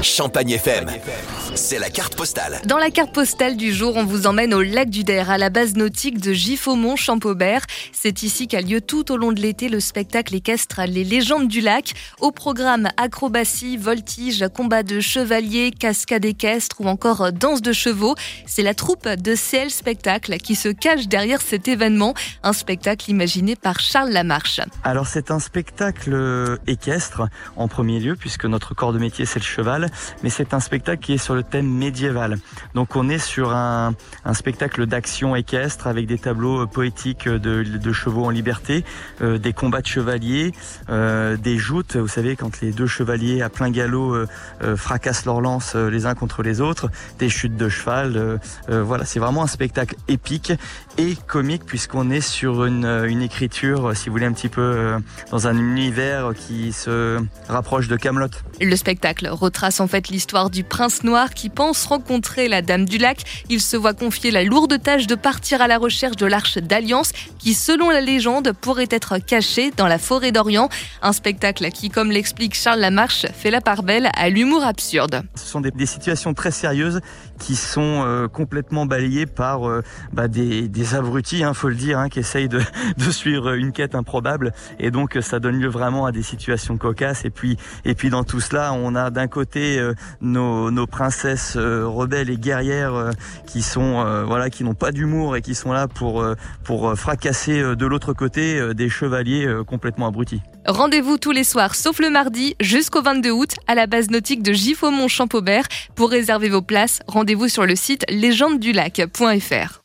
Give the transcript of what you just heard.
Champagne FM, c'est la carte postale. Dans la carte postale du jour, on vous emmène au lac du Der, à la base nautique de Giffaumont-Champaubert. C'est ici qu'a lieu tout au long de l'été le spectacle équestre Les Légendes du lac. Au programme acrobatie, voltige, combat de chevaliers, cascade équestre ou encore danse de chevaux. C'est la troupe de CL Spectacle qui se cache derrière cet événement. Un spectacle imaginé par Charles Lamarche. Alors c'est un spectacle équestre en premier lieu puisque notre corps de métier c'est le cheval, mais c'est un spectacle qui est sur le thème médiéval. Donc on est sur un spectacle d'action équestre avec des tableaux poétiques de chevaux en liberté, des combats de chevaliers, des joutes, vous savez quand les deux chevaliers à plein galop fracassent leurs lances les uns contre les autres, des chutes de cheval, voilà, c'est vraiment un spectacle épique et comique puisqu'on est sur une écriture, si vous voulez, un petit peu dans un univers qui se rapproche de Kaamelott. Le spectacle retrace en fait l'histoire du prince noir qui pense rencontrer la dame du lac. Il se voit confier la lourde tâche de partir à la recherche de l'arche d'alliance qui, selon la légende, pourrait être cachée dans la forêt d'Orient. Un spectacle qui, comme l'explique Charles Lamarche, fait la part belle à l'humour absurde. Ce sont des situations très sérieuses qui sont complètement balayées par des abrutis, faut le dire, qui essayent de suivre une quête improbable. Et donc ça donne lieu vraiment à des situations cocasses. Et puis dans tout cela, on a d'un côté nos princesses rebelles et guerrières qui sont qui n'ont pas d'humour et qui sont là pour fracasser de l'autre côté des chevaliers complètement abrutis. Rendez-vous tous les soirs, sauf le mardi, jusqu'au 22 août, à la base nautique de Giffaumont-Champaubert. Pour réserver vos places, rendez-vous sur le site légendesdulac.fr.